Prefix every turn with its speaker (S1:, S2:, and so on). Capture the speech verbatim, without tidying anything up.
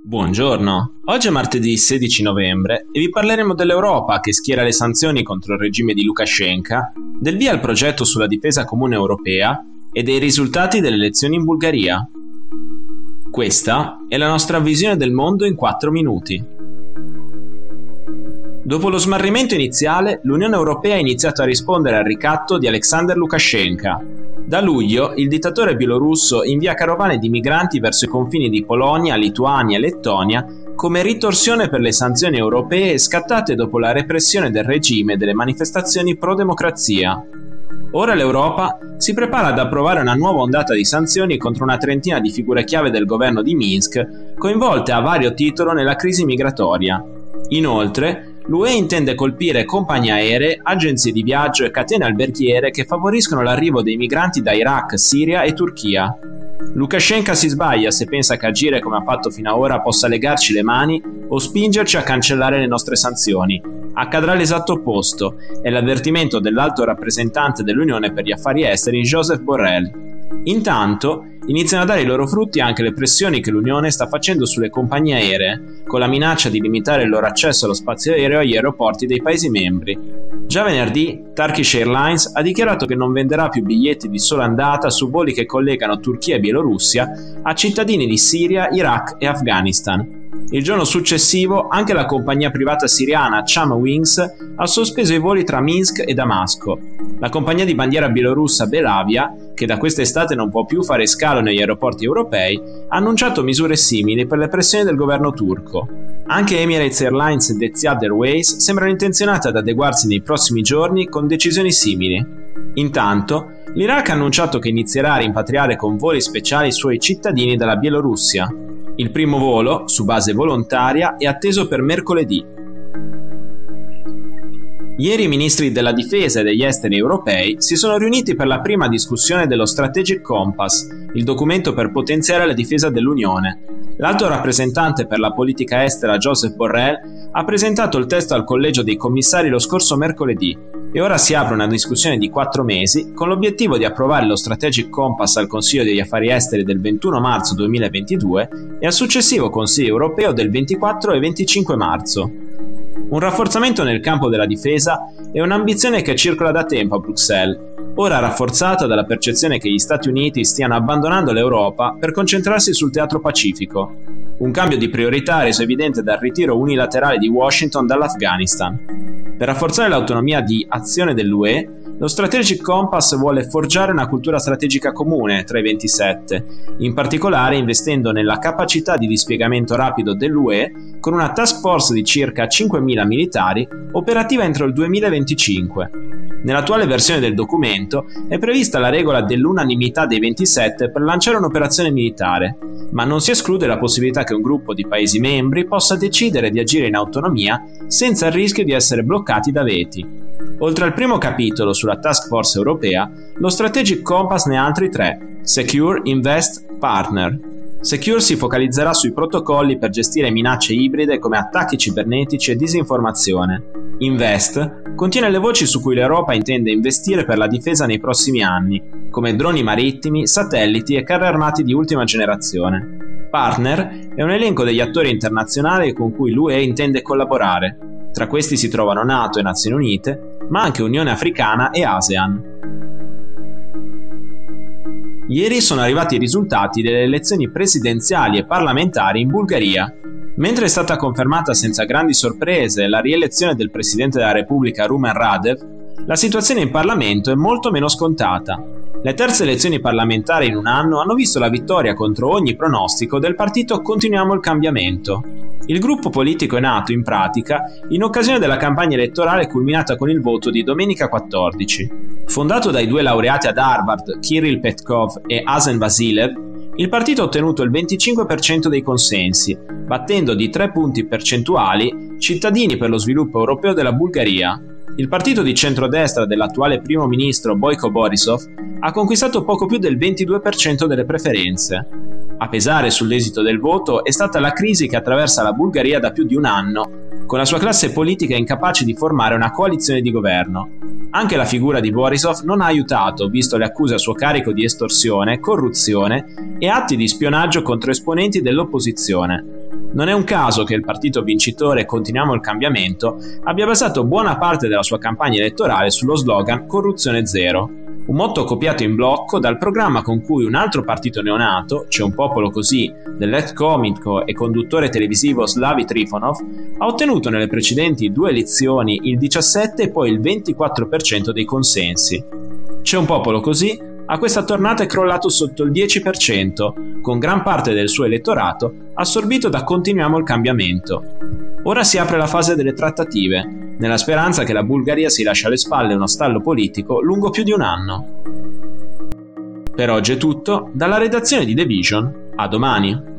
S1: Buongiorno, oggi è martedì sedici novembre e vi parleremo dell'Europa che schiera le sanzioni contro il regime di Lukashenko, del via al progetto sulla difesa comune europea e dei risultati delle elezioni in Bulgaria. Questa è la nostra visione del mondo in quattro minuti. Dopo lo smarrimento iniziale, l'Unione Europea ha iniziato a rispondere al ricatto di Alexander Lukashenko. Da luglio, il dittatore bielorusso invia carovane di migranti verso i confini di Polonia, Lituania e Lettonia come ritorsione per le sanzioni europee scattate dopo la repressione del regime delle manifestazioni pro-democrazia. Ora l'Europa si prepara ad approvare una nuova ondata di sanzioni contro una trentina di figure chiave del governo di Minsk, coinvolte a vario titolo nella crisi migratoria. Inoltre, l'U E intende colpire compagnie aeree, agenzie di viaggio e catene alberghiere che favoriscono l'arrivo dei migranti da Iraq, Siria e Turchia. Lukashenko si sbaglia se pensa che agire come ha fatto fino ad ora possa legarci le mani o spingerci a cancellare le nostre sanzioni. Accadrà l'esatto opposto, è l'avvertimento dell'alto rappresentante dell'Unione per gli affari esteri Josep Borrell. Intanto, iniziano a dare i loro frutti anche le pressioni che l'Unione sta facendo sulle compagnie aeree, con la minaccia di limitare il loro accesso allo spazio aereo agli aeroporti dei Paesi membri. Già venerdì, Turkish Airlines ha dichiarato che non venderà più biglietti di sola andata su voli che collegano Turchia e Bielorussia a cittadini di Siria, Iraq e Afghanistan. Il giorno successivo, anche la compagnia privata siriana Cham Wings ha sospeso i voli tra Minsk e Damasco. La compagnia di bandiera bielorussa Belavia, che da quest'estate non può più fare scalo negli aeroporti europei, ha annunciato misure simili per le pressioni del governo turco. Anche Emirates Airlines ed Etihad Airways sembrano intenzionate ad adeguarsi nei prossimi giorni con decisioni simili. Intanto, l'Iraq ha annunciato che inizierà a rimpatriare con voli speciali i suoi cittadini dalla Bielorussia. Il primo volo, su base volontaria, è atteso per mercoledì. Ieri i ministri della difesa e degli esteri europei si sono riuniti per la prima discussione dello Strategic Compass, il documento per potenziare la difesa dell'Unione. L'alto rappresentante per la politica estera Josep Borrell ha presentato il testo al collegio dei commissari lo scorso mercoledì e ora si apre una discussione di quattro mesi con l'obiettivo di approvare lo Strategic Compass al Consiglio degli Affari Esteri del ventuno marzo duemilaventidue e al successivo Consiglio europeo del ventiquattro e venticinque marzo. Un rafforzamento nel campo della difesa è un'ambizione che circola da tempo a Bruxelles, ora rafforzata dalla percezione che gli Stati Uniti stiano abbandonando l'Europa per concentrarsi sul teatro pacifico. Un cambio di priorità reso evidente dal ritiro unilaterale di Washington dall'Afghanistan. Per rafforzare l'autonomia di azione dell'U E, lo Strategic Compass vuole forgiare una cultura strategica comune tra i ventisette, in particolare investendo nella capacità di dispiegamento rapido dell'U E con una task force di circa cinquemila militari operativa entro il duemilaventicinque. Nell'attuale versione del documento è prevista la regola dell'unanimità dei ventisette per lanciare un'operazione militare, ma non si esclude la possibilità che un gruppo di Paesi membri possa decidere di agire in autonomia senza il rischio di essere bloccati da veti. Oltre al primo capitolo sulla Task Force europea, lo Strategic Compass ne ha altri tre: Secure, Invest, Partner. Secure si focalizzerà sui protocolli per gestire minacce ibride come attacchi cibernetici e disinformazione. Invest contiene le voci su cui l'Europa intende investire per la difesa nei prossimi anni, come droni marittimi, satelliti e carri armati di ultima generazione. Partner è un elenco degli attori internazionali con cui l'U E intende collaborare. Tra questi si trovano NATO e Nazioni Unite, ma anche Unione Africana e ASEAN. Ieri sono arrivati i risultati delle elezioni presidenziali e parlamentari in Bulgaria. Mentre è stata confermata senza grandi sorprese la rielezione del presidente della Repubblica Rumen Radev, la situazione in Parlamento è molto meno scontata. Le terze elezioni parlamentari in un anno hanno visto la vittoria contro ogni pronostico del partito Continuiamo il Cambiamento. Il gruppo politico è nato, in pratica, in occasione della campagna elettorale culminata con il voto di domenica quattordici. Fondato dai due laureati ad Harvard, Kirill Petkov e Asen Vasilev, il partito ha ottenuto il venticinque per cento dei consensi, battendo di tre punti percentuali Cittadini per lo sviluppo europeo della Bulgaria. Il partito di centrodestra dell'attuale primo ministro Boyko Borisov ha conquistato poco più del ventidue per cento delle preferenze. A pesare sull'esito del voto è stata la crisi che attraversa la Bulgaria da più di un anno, con la sua classe politica incapace di formare una coalizione di governo. Anche la figura di Borisov non ha aiutato, visto le accuse a suo carico di estorsione, corruzione e atti di spionaggio contro esponenti dell'opposizione. Non è un caso che il partito vincitore Continuiamo il cambiamento abbia basato buona parte della sua campagna elettorale sullo slogan Corruzione zero, un motto copiato in blocco dal programma con cui un altro partito neonato, C'è un popolo così, dell'ex comico e conduttore televisivo Slavi Trifonov, ha ottenuto nelle precedenti due elezioni il diciassette e poi il ventiquattro per cento dei consensi. C'è un popolo così a questa tornata è crollato sotto il dieci per cento, con gran parte del suo elettorato assorbito da Continuiamo il cambiamento. Ora si apre la fase delle trattative, nella speranza che la Bulgaria si lasci alle spalle uno stallo politico lungo più di un anno. Per oggi è tutto, dalla redazione di The Vision, a domani!